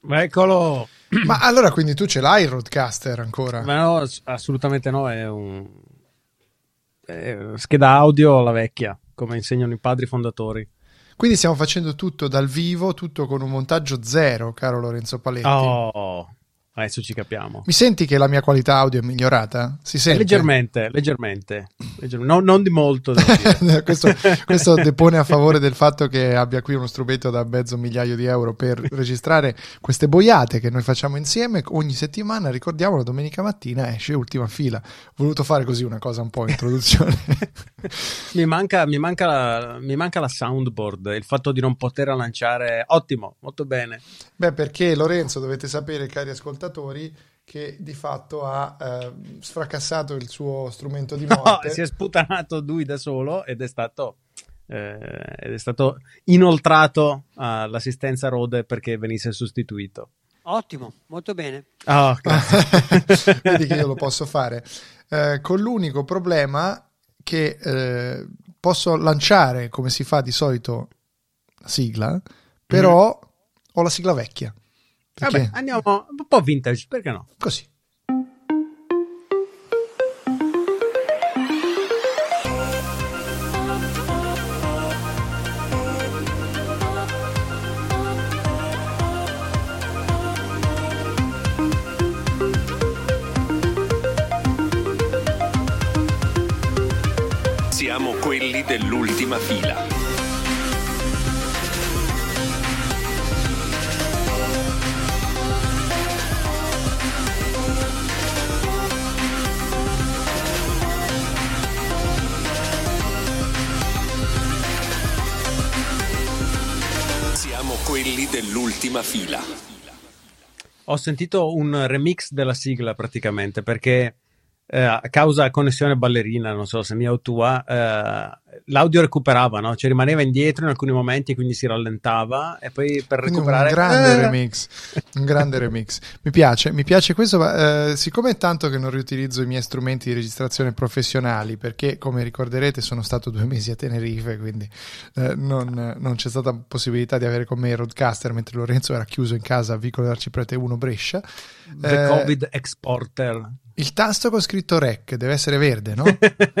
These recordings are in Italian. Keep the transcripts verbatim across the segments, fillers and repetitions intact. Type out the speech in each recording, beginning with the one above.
Eccolo. Ma allora quindi tu ce l'hai il Rodecaster ancora? Ma no, assolutamente no, è un è scheda audio alla vecchia, come insegnano i padri fondatori. Quindi stiamo facendo tutto dal vivo, tutto con un montaggio zero, caro Lorenzo Paletti. Oh, adesso ci capiamo. Mi senti che la mia qualità audio è migliorata? Si sente? Leggermente, leggermente. leggermente. No, non di molto. Devo dire. questo, questo depone a favore del fatto che abbia qui uno strumento da mezzo migliaio di euro per registrare queste boiate che noi facciamo insieme ogni settimana. Ricordiamo, la domenica mattina esce Ultima Fila. Ho voluto fare così una cosa un po' in introduzione. mi, manca, mi, manca la, mi manca la soundboard, il fatto di non poterla lanciare. Ottimo, molto bene. Beh, perché Lorenzo, dovete sapere, cari ascoltatori, che di fatto ha eh, sfracassato il suo strumento di morte. No, si è sputanato lui da solo ed è stato eh, ed è stato inoltrato all'assistenza Rode perché venisse sostituito. Ottimo, molto bene. Oh, grazie. Vedi che io lo posso fare eh, con l'unico problema che eh, posso lanciare come si fa di solito la sigla, però mm. ho la sigla vecchia. Perché? Vabbè, andiamo un po' vintage, perché no? Così. Siamo quelli dell'ultima fila. Quelli dell'ultima fila. Ho sentito un remix della sigla praticamente perché eh, a causa connessione ballerina, non so se mia o tua, eh, l'audio recuperava, no? Cioè rimaneva indietro in alcuni momenti, quindi si rallentava e poi per quindi recuperare un grande eh... remix un grande remix mi piace mi piace questo, ma eh, siccome è tanto che non riutilizzo i miei strumenti di registrazione professionali, perché come ricorderete sono stato due mesi a Tenerife, quindi eh, non, non c'è stata possibilità di avere con me il Rodecaster mentre Lorenzo era chiuso in casa a Vicolo d'Arciprete uno Brescia. The eh, Covid Exporter. Il tasto con scritto rec deve essere verde, no?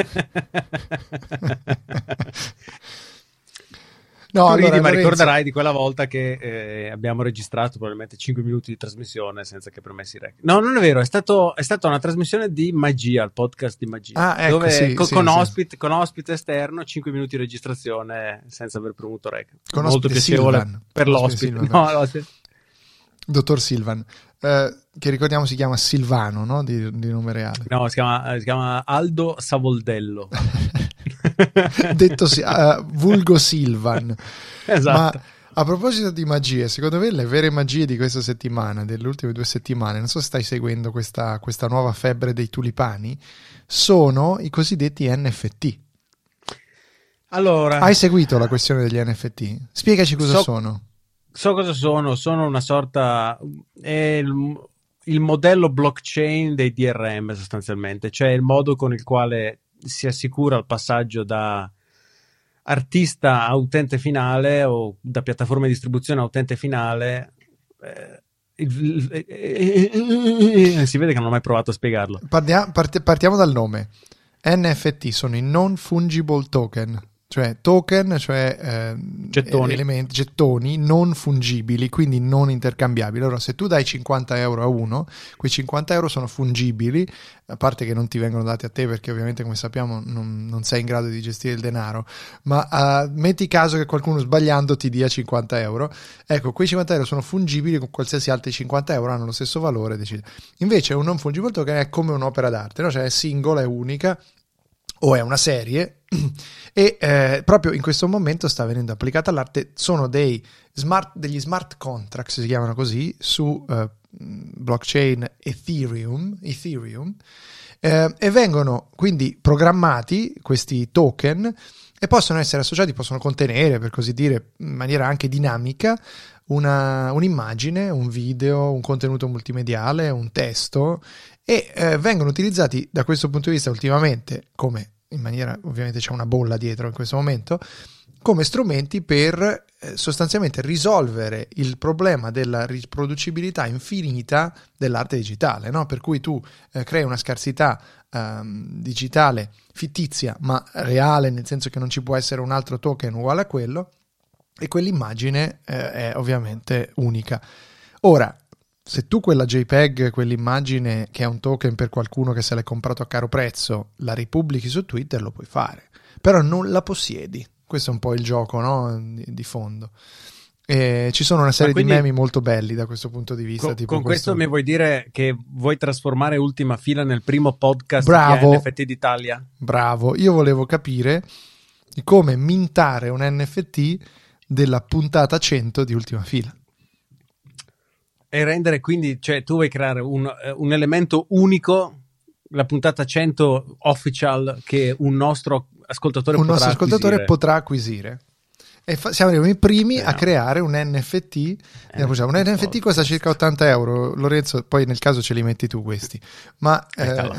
No, tu ridi, allora, ma Lorenzo... ricorderai di quella volta che eh, abbiamo registrato probabilmente cinque minuti di trasmissione senza che premessi rec. No, non è vero, è, stato, è stata una trasmissione di magia, il podcast di magia. Ah, ecco, dove sì, co- sì, con, sì. Ospite, con ospite esterno, cinque minuti di registrazione senza aver premuto rec. Con Molto piacevole Silvan. per Ospite l'ospite. Silvan. No, l'ospite. Dottor Silvan, eh, che ricordiamo si chiama Silvano, no? Di, di nome reale. No, si chiama, si chiama Aldo Savoldello. Detto uh, vulgo Silvan. Esatto. Ma a proposito di magie, secondo me le vere magie di questa settimana, delle ultime due settimane, non so se stai seguendo questa, questa nuova febbre dei tulipani, sono i cosiddetti N F T. Allora, hai seguito la questione degli N F T? Spiegaci cosa so, sono. So cosa sono, sono una sorta, è il, il modello blockchain dei D R M sostanzialmente, cioè il modo con il quale si assicura il passaggio da artista a utente finale o da piattaforma di distribuzione a utente finale. Eh, il, eh, eh, si vede che non ho mai provato a spiegarlo. Partia, part, partiamo dal nome. N F T sono i non fungible token, cioè token, cioè eh, gettoni. elementi, gettoni non fungibili, quindi non intercambiabili. Allora, se tu dai cinquanta euro a uno, quei cinquanta euro sono fungibili, a parte che non ti vengono dati a te perché ovviamente, come sappiamo, non, non sei in grado di gestire il denaro, ma uh, metti caso che qualcuno sbagliando ti dia cinquanta euro, ecco, quei cinquanta euro sono fungibili con qualsiasi altri cinquanta euro, hanno lo stesso valore, decide. Invece un non fungible token è come un'opera d'arte, no? Cioè è singola, è unica, o è una serie e eh, proprio in questo momento sta venendo applicata all'arte. Sono dei smart, degli smart contracts, si chiamano così, su uh, blockchain Ethereum, Ethereum eh, e vengono quindi programmati questi token e possono essere associati, possono contenere, per così dire, in maniera anche dinamica una, un'immagine, un video, un contenuto multimediale, un testo, e eh, vengono utilizzati da questo punto di vista ultimamente, come in maniera, ovviamente c'è una bolla dietro in questo momento, come strumenti per eh, sostanzialmente risolvere il problema della riproducibilità infinita dell'arte digitale, no? Per cui tu eh, crei una scarsità ehm, digitale fittizia ma reale, nel senso che non ci può essere un altro token uguale a quello, e quell'immagine eh, è ovviamente unica. Ora, se tu quella JPEG, quell'immagine che è un token per qualcuno che se l'è comprato a caro prezzo, la ripubblichi su Twitter, lo puoi fare, però non la possiedi. Questo è un po' il gioco, no? di, di fondo. E ci sono una serie quindi, di memi molto belli da questo punto di vista. Con, tipo con questo... questo mi vuoi dire che vuoi trasformare Ultima Fila nel primo podcast Bravo. di N F T d'Italia? Bravo, io volevo capire di come mintare un N F T della puntata cento di Ultima Fila. E rendere quindi, cioè tu vuoi creare un, un elemento unico, la puntata cento official, che un nostro ascoltatore un potrà nostro ascoltatore acquisire. potrà acquisire. E fa- siamo i primi Vediamo. a creare un N F T. Eh, un N F T costa circa ottanta euro. Lorenzo, poi nel caso ce li metti tu questi. Ma eh,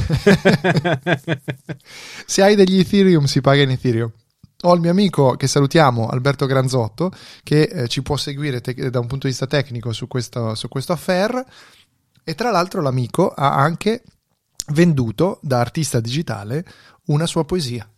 se hai degli Ethereum si paga in Ethereum. Ho il mio amico, che salutiamo, Alberto Granzotto, che eh, ci può seguire te- da un punto di vista tecnico su questo, su questo affair, e tra l'altro l'amico ha anche venduto da artista digitale una sua poesia.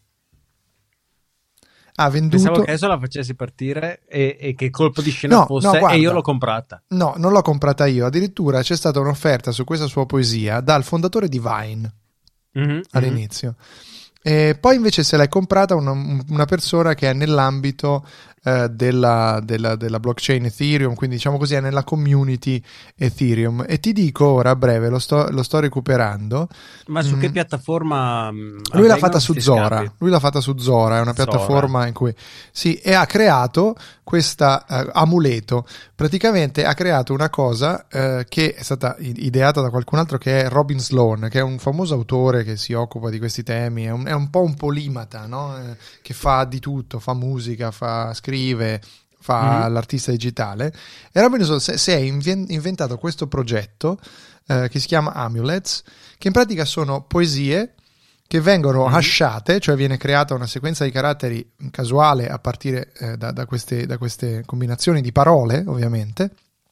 Ha venduto... Pensavo che adesso la facessi partire e, e che colpo di scena no, fosse no, guarda, e io l'ho comprata. No, non l'ho comprata io, addirittura c'è stata un'offerta su questa sua poesia dal fondatore di Vine Mm-hmm, all'inizio. E poi invece se l'hai comprata una, una persona che è nell'ambito eh, della, della, della blockchain Ethereum, quindi diciamo così è nella community Ethereum, e ti dico ora a breve, lo sto, lo sto recuperando. Ma su mm. che piattaforma? Lui l'ha fatta su Zora, scapi? lui l'ha fatta su Zora, è una Zora. piattaforma in cui sì, e ha creato questa uh, amuleto, praticamente ha creato una cosa uh, che è stata ideata da qualcun altro, che è Robin Sloan, che è un famoso autore che si occupa di questi temi, è un, è un po' un polimata, no? eh, che fa di tutto, fa musica, fa scrive, fa mm-hmm. l'artista digitale, e Robin Sloan si, si è inven- inventato questo progetto uh, che si chiama Amulets, che in pratica sono poesie che vengono mm-hmm. hashate, cioè viene creata una sequenza di caratteri casuale a partire eh, da, da, queste, da queste combinazioni di parole, ovviamente,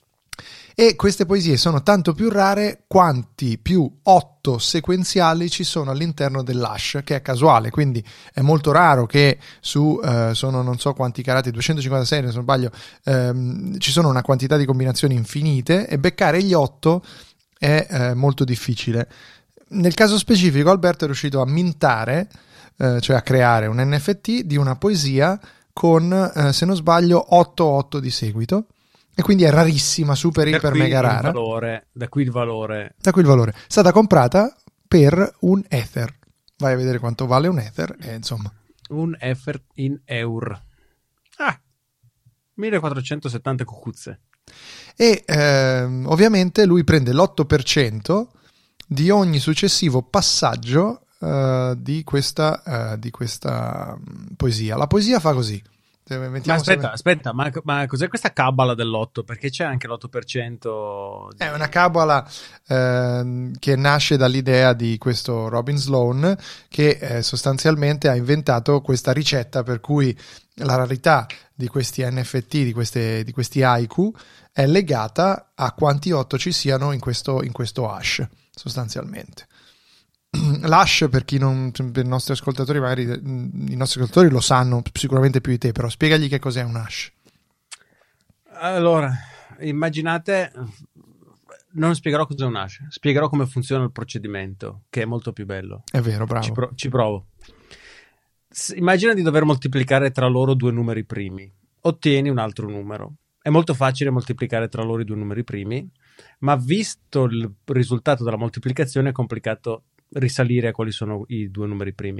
e queste poesie sono tanto più rare quanti più otto sequenziali ci sono all'interno dell'hash, che è casuale, quindi è molto raro che su, eh, sono non so quanti caratteri, duecentocinquantasei se non sbaglio, ehm, ci sono una quantità di combinazioni infinite, e beccare gli otto è eh, molto difficile. Nel caso specifico Alberto è riuscito a mintare, eh, cioè a creare un N F T di una poesia con, eh, se non sbaglio, otto otto di seguito, e quindi è rarissima, super da iper qui mega il rara. Valore, da qui il valore. Da qui il valore. È stata comprata per un Ether. Vai a vedere quanto vale un Ether, e insomma. Un Ether in euro. Ah, millequattrocentosettanta cucuzze. E ehm, ovviamente lui prende l'otto per cento di ogni successivo passaggio uh, di questa, uh, di questa um, poesia. La poesia fa così. Ma aspetta, se... aspetta, ma, ma cos'è questa cabala dell'otto? Perché c'è anche l'otto per cento? Di... È una cabala eh, che nasce dall'idea di questo Robin Sloan, che eh, sostanzialmente ha inventato questa ricetta per cui la rarità di questi N F T, di, queste, di questi haiku, è legata a quanti otto ci siano in questo, in questo hash, sostanzialmente. L'hash, per chi non, per i nostri ascoltatori, magari i nostri ascoltatori lo sanno sicuramente più di te, però spiegagli che cos'è un hash. Allora, immaginate, non spiegherò cos'è un hash, spiegherò come funziona il procedimento, che è molto più bello. È vero, bravo. Ci, pro- ci provo. S- immagina di dover moltiplicare tra loro due numeri primi, ottieni un altro numero. È molto facile moltiplicare tra loro i due numeri primi, ma visto il risultato della moltiplicazione è complicato risalire a quali sono i due numeri primi.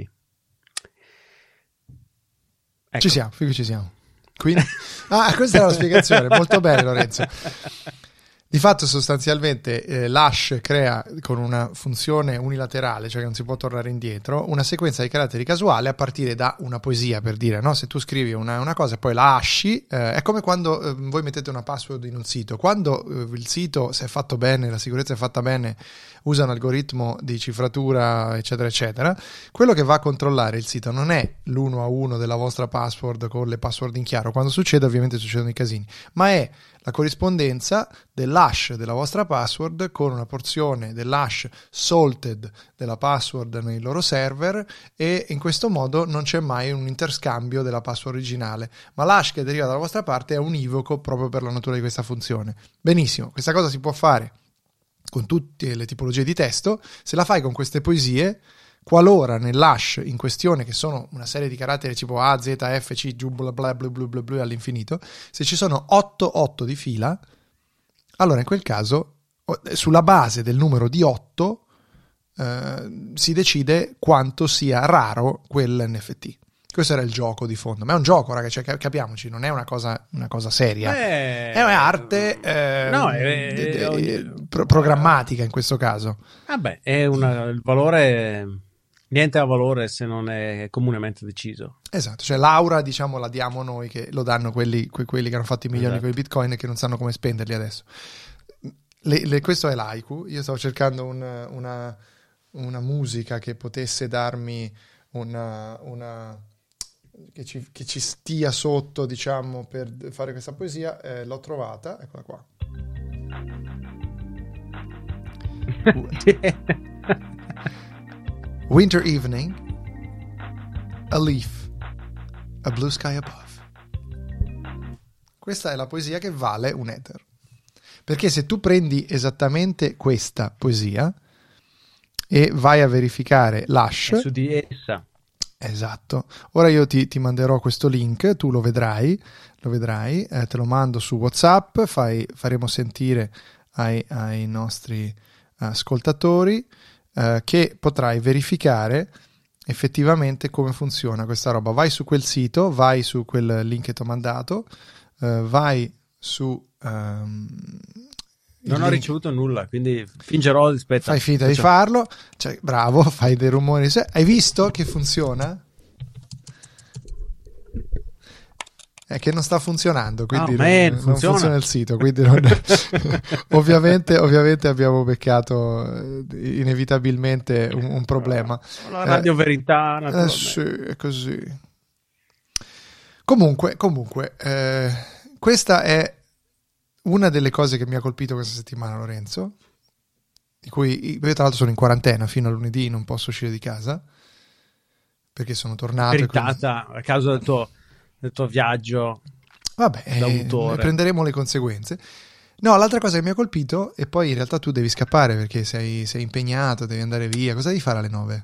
Ecco. Ci siamo, qui ci siamo. Quindi... Ah, questa è la spiegazione, molto bene Lorenzo. Di fatto sostanzialmente eh, l'hash crea con una funzione unilaterale, cioè che non si può tornare indietro, una sequenza di caratteri casuale a partire da una poesia, per dire, no? Se tu scrivi una, una cosa e poi la hashi, eh, è come quando eh, voi mettete una password in un sito. Quando eh, il sito, se è fatto bene, la sicurezza è fatta bene, usa un algoritmo di cifratura, eccetera, eccetera, quello che va a controllare il sito non è l'uno a uno della vostra password con le password in chiaro. Quando succede, ovviamente succedono i casini, ma è la corrispondenza dell'hash della vostra password con una porzione dell'hash salted della password nei loro server, e in questo modo non c'è mai un interscambio della password originale, ma l'hash che deriva dalla vostra parte è univoco proprio per la natura di questa funzione. Benissimo, questa cosa si può fare con tutte le tipologie di testo. Se la fai con queste poesie, qualora nell'hash in questione, che sono una serie di caratteri tipo A, Z, F, C, giù, bla bla bla bla bla bla all'infinito, se ci sono otto otto di fila, allora in quel caso, sulla base del numero di otto, eh, si decide quanto sia raro quell'N F T. Questo era il gioco di fondo, ma è un gioco, ragazzi, cioè, capiamoci, non è una cosa, una cosa seria, eh, è un'arte eh, no, è, de, de, è, pro- programmatica in questo caso. Vabbè, è una, il valore, niente ha valore se non è comunemente deciso. Esatto, cioè l'aura, diciamo, la diamo noi, che lo danno quelli, que- quelli che hanno fatto i milioni esatto. con i bitcoin e che non sanno come spenderli adesso. Le, le, questo è l'haiku. Io stavo cercando un, una, una musica che potesse darmi una... una Che ci, che ci stia sotto, diciamo, per fare questa poesia. Eh, l'ho trovata, eccola qua. Winter evening, a leaf, a blue sky above. Questa è la poesia che vale un ether, perché se tu prendi esattamente questa poesia e vai a verificare l'hash è su di essa. Esatto, ora io ti, ti manderò questo link, tu lo vedrai, lo vedrai, eh, te lo mando su WhatsApp, fai, faremo sentire ai, ai nostri ascoltatori eh, che potrai verificare effettivamente come funziona questa roba. Vai su quel sito, vai su quel link che ti ho mandato, eh, vai su... Um, non ho ricevuto nulla, quindi fingerò, aspetta. Fai finta di farlo, cioè, bravo, fai dei rumori. Hai visto che funziona? È che non sta funzionando, quindi oh, non, man, non funziona. funziona il sito, quindi non... ovviamente, ovviamente abbiamo beccato inevitabilmente un, un problema. La radio eh, verità, eh, sì, è così. Comunque, comunque, eh, questa è una delle cose che mi ha colpito questa settimana, Lorenzo, di cui io tra l'altro sono in quarantena fino a lunedì, non posso uscire di casa perché sono tornato. Veritata, quindi... a causa del tuo, del tuo viaggio. Vabbè, eh, prenderemo le conseguenze. No, l'altra cosa che mi ha colpito, e poi in realtà tu devi scappare perché sei, sei impegnato, devi andare via. Cosa devi fare alle nove?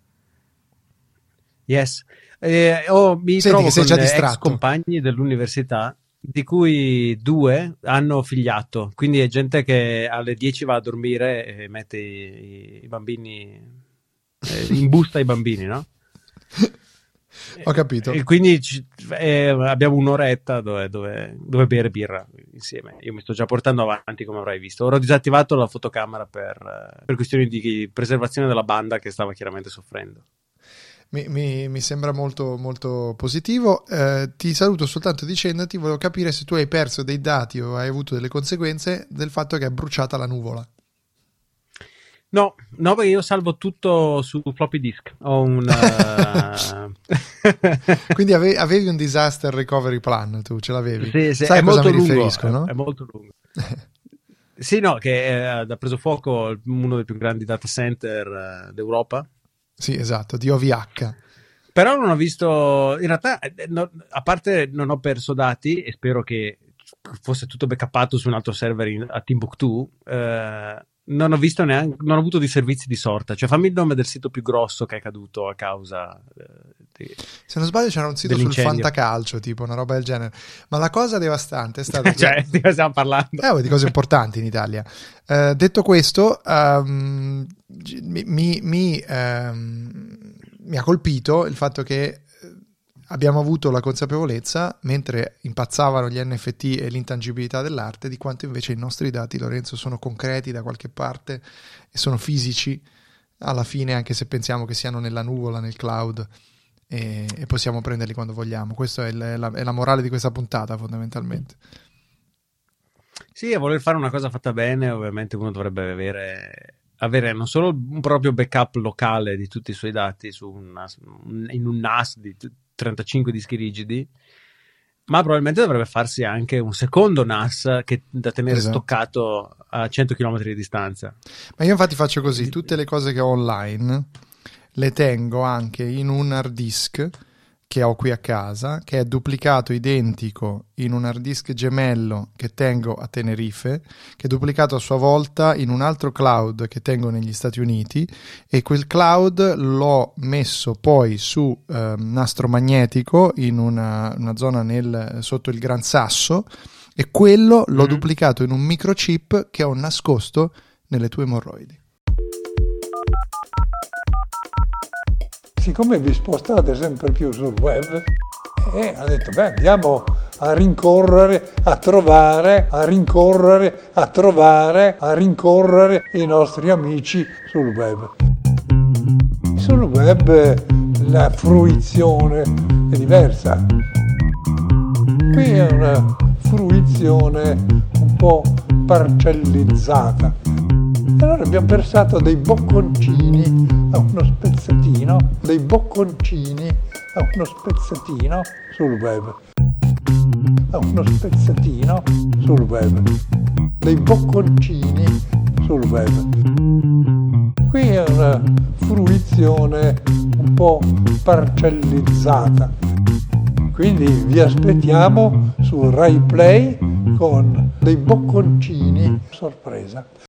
Yes. Eh, oh, mi Senti, trovo sei con già distratto. ex compagni dell'università, di cui due hanno figliato, quindi è gente che alle dieci va a dormire e mette i, i bambini, eh, in busta i bambini, no? Ho capito. E quindi ci, eh, abbiamo un'oretta dove, dove, dove bere birra insieme. Io mi sto già portando avanti, come avrai visto. Ora ho disattivato la fotocamera per, per questioni di preservazione della banda che stava chiaramente soffrendo. Mi, mi, mi sembra molto, molto positivo. Eh, ti saluto soltanto dicendoti, volevo capire se tu hai perso dei dati o hai avuto delle conseguenze del fatto che è bruciata la nuvola. No, no, perché io salvo tutto su floppy disk. Ho un uh... Quindi avevi, avevi un disaster recovery plan, tu ce l'avevi? Sì, sì, sai è a cosa molto mi lungo, riferisco, no? È molto lungo. Sì, no, che eh, ha preso fuoco uno dei più grandi data center uh, d'Europa. Sì, esatto, di O V H. Però non ho visto, in realtà, no, a parte non ho perso dati e spero che fosse tutto backuppato su un altro server in, a Timbuktu, eh, non ho visto neanche, non ho avuto di servizi di sorta. Cioè fammi il nome del sito più grosso che è caduto a causa eh, di, se non sbaglio c'era un sito sul fantacalcio, tipo una roba del genere. Ma la cosa devastante è stata cioè che... di cosa stiamo parlando? Eh, di cose importanti in Italia. Uh, detto questo, um, mi, mi, mi, um, mi ha colpito il fatto che abbiamo avuto la consapevolezza, mentre impazzavano gli N F T e l'intangibilità dell'arte, di quanto invece i nostri dati, Lorenzo, sono concreti da qualche parte e sono fisici alla fine, anche se pensiamo che siano nella nuvola, nel cloud, e, e possiamo prenderli quando vogliamo. Questa è, è, la, è la morale di questa puntata, fondamentalmente. Sì, a voler fare una cosa fatta bene, ovviamente uno dovrebbe avere, avere non solo un proprio backup locale di tutti i suoi dati su un N A S, in un N A S di trentacinque dischi rigidi, ma probabilmente dovrebbe farsi anche un secondo N A S che da tenere esatto. stoccato a cento chilometri di distanza. Ma io infatti faccio così, tutte le cose che ho online le tengo anche in un hard disk che ho qui a casa, che è duplicato identico in un hard disk gemello che tengo a Tenerife, che è duplicato a sua volta in un altro cloud che tengo negli Stati Uniti, e quel cloud l'ho messo poi su eh, nastro magnetico in una, una zona nel, sotto il Gran Sasso, e quello l'ho mm-hmm. duplicato in un microchip che ho nascosto nelle tue emorroidi. Siccome vi spostate sempre più sul web, e ha detto, beh, andiamo a rincorrere, a trovare, a rincorrere, a trovare, a rincorrere i nostri amici sul web. Sul web la fruizione è diversa. Qui è una fruizione un po' parcellizzata. Allora abbiamo versato dei bocconcini a uno spezzatino, dei bocconcini a uno spezzatino sul web, a uno spezzatino sul web, dei bocconcini sul web. Qui è una fruizione un po' parcellizzata. Quindi vi aspettiamo su Rai Play con dei bocconcini sorpresa.